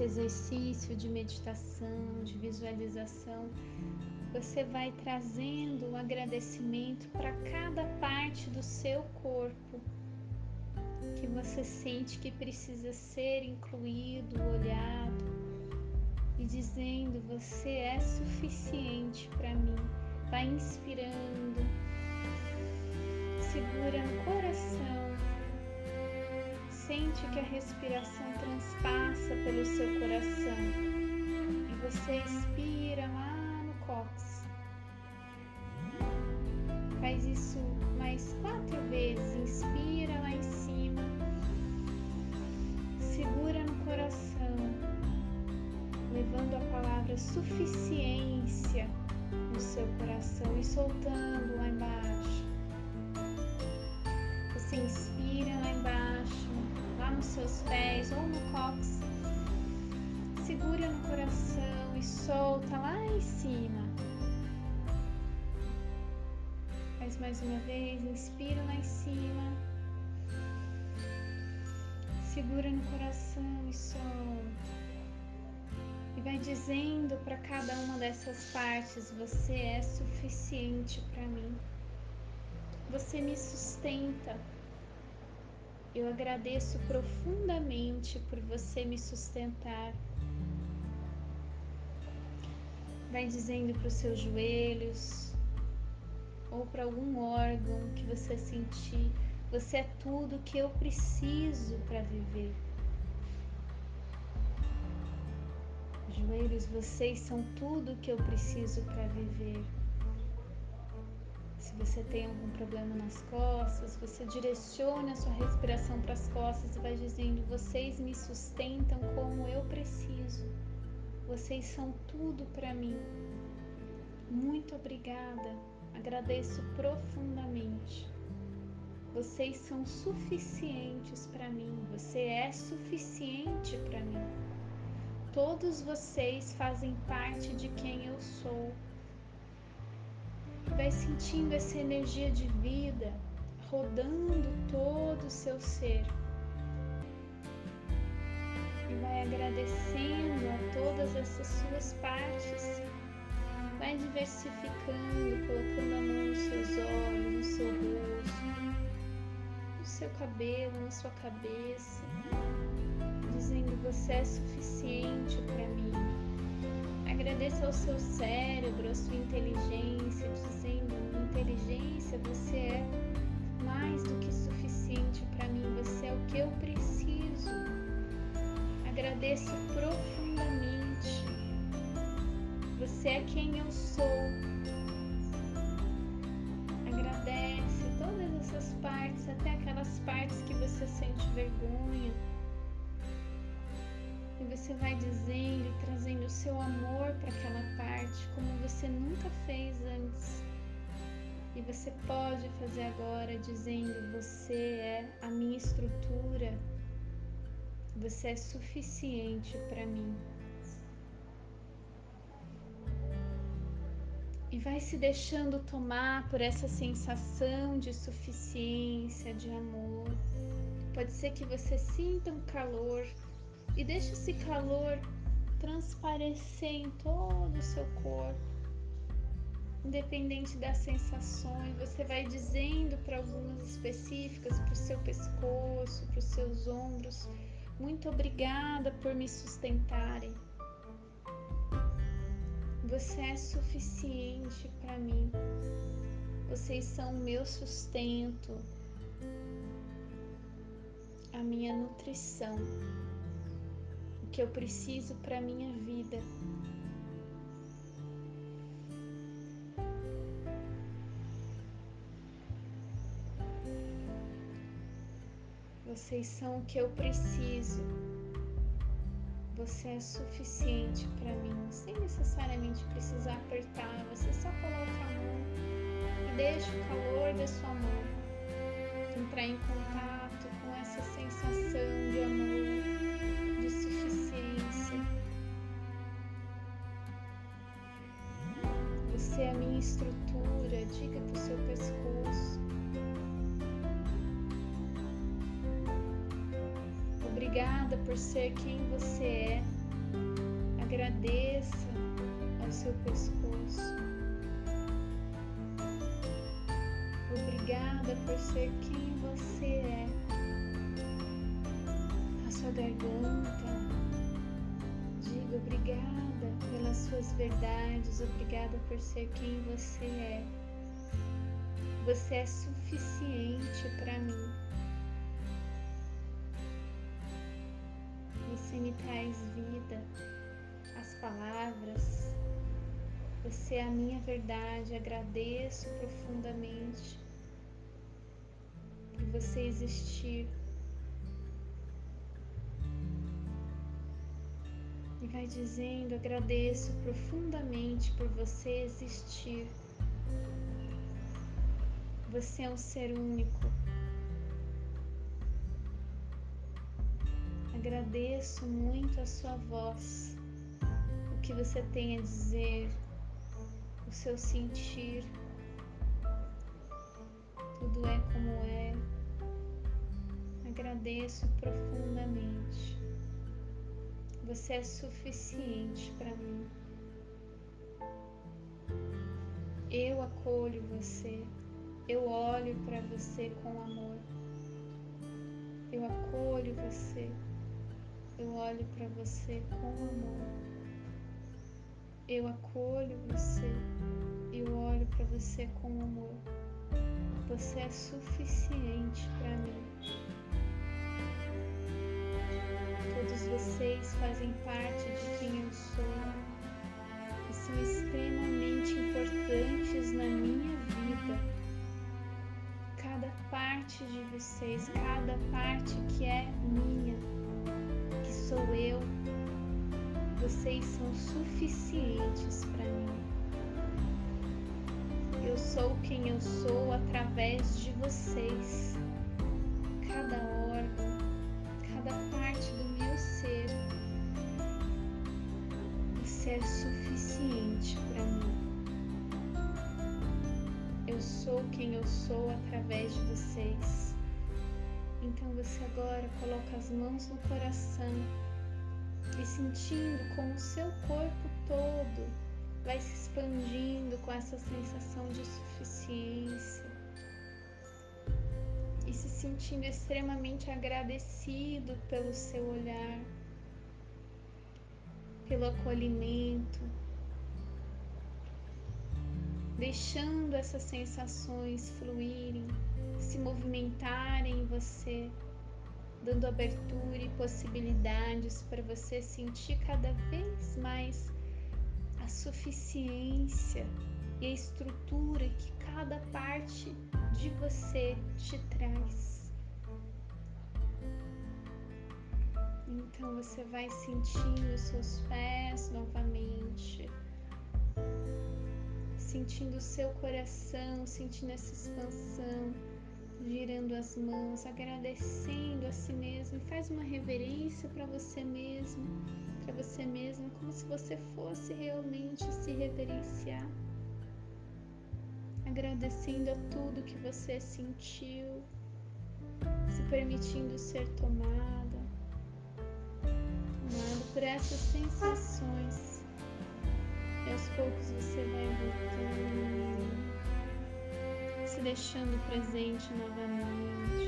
nesse exercício de meditação, de visualização, você vai trazendo um agradecimento para cada parte do seu corpo que você sente que precisa ser incluído, olhado, e dizendo: você é suficiente para mim. Vai inspirando, segura no coração, sente que a respiração transpassa pelo seu coração e você expira lá no cóccix. Faz isso mais 4 vezes, inspira lá em cima, segura no coração, levando a palavra suficiência no seu coração e soltando lá embaixo. Você inspira lá embaixo, lá nos seus pés ou no cóccix, segura no coração e solta lá em cima. Faz mais uma vez, inspira lá em cima, segura no coração e solta. E vai dizendo para cada uma dessas partes: você é suficiente para mim. Você me sustenta. Eu agradeço profundamente por você me sustentar. Vai dizendo para os seus joelhos ou para algum órgão que você sentir: você é tudo que eu preciso para viver. Joelhos, vocês são tudo que eu preciso para viver. Se você tem algum problema nas costas, você direciona a sua respiração para as costas e vai dizendo: vocês me sustentam como eu preciso. Vocês são tudo para mim. Muito obrigada. Agradeço profundamente. Vocês são suficientes para mim. Você é suficiente para mim. Todos vocês fazem parte de quem eu sou. Vai sentindo essa energia de vida rodando todo o seu ser. E vai agradecendo a todas essas suas partes. Vai diversificando, colocando a mão nos seus olhos, no seu rosto, no seu cabelo, na sua cabeça, dizendo: você é suficiente para mim. Agradeça ao seu cérebro, à sua inteligência, dizendo: inteligência, você é mais do que suficiente para mim, você é o que eu preciso. Agradeço profundamente. Você é quem eu sou. Agradece todas essas partes, até aquelas partes que você sente vergonha. E você vai dizendo e trazendo o seu amor para aquela parte, como você nunca fez antes. E você pode fazer agora dizendo: você é a minha estrutura. Você é suficiente para mim. E vai se deixando tomar por essa sensação de suficiência, de amor. Pode ser que você sinta um calor e deixe esse calor transparecer em todo o seu corpo. Independente das sensações, você vai dizendo para algumas específicas, para o seu pescoço, para os seus ombros: muito obrigada por me sustentarem. Você é suficiente para mim. Vocês são o meu sustento, a minha nutrição, o que eu preciso para a minha vida. Vocês são o que eu preciso. Você é suficiente para mim, sem necessariamente precisar apertar. Você só coloca a mão e deixa o calor da sua mão entrar em contato com essa sensação de amor, de suficiência. Você é a minha estrutura. Diga para o seu pescoço: obrigada por ser quem você é. agradeça ao seu pescoço. Obrigada por ser quem você é. A sua garganta, diga obrigada pelas suas verdades, obrigada por ser quem você é. Você é suficiente para mim. Você me traz vida, as palavras. Você é a minha verdade. Agradeço profundamente por você existir. E vai dizendo, agradeço profundamente por você existir. Você é um ser único. Agradeço muito a sua voz, o que você tem a dizer, o seu sentir. Tudo é como é. Agradeço profundamente. Você é suficiente para mim. Eu acolho você. Eu olho para você com amor. Eu acolho você. Eu olho para você com amor. Eu acolho você. Eu olho para você com amor. Você é suficiente para mim. Todos vocês fazem parte de quem eu sou e são extremamente importantes na minha vida. Cada parte de vocês, cada parte que é minha, que sou eu, vocês são suficientes para mim. Eu sou quem eu sou através de vocês. Cada órgão, cada parte do meu ser, você é suficiente para mim. Eu sou quem eu sou através de vocês. Então você agora coloca as mãos no coração e sentindo como o seu corpo todo vai se expandindo com essa sensação de suficiência e se sentindo extremamente agradecido pelo seu olhar, pelo acolhimento, deixando essas sensações fluírem, se movimentarem em você, dando abertura e possibilidades para você sentir cada vez mais a suficiência e a estrutura que cada parte de você te traz. Então você vai sentindo os seus pés novamente, sentindo o seu coração, sentindo essa expansão, girando as mãos, agradecendo a si mesmo. E faz uma reverência para você mesmo, como se você fosse realmente se reverenciar, agradecendo a tudo que você sentiu, se permitindo ser tomada por essas sensações. E aos poucos você vai voltando, se deixando presente novamente.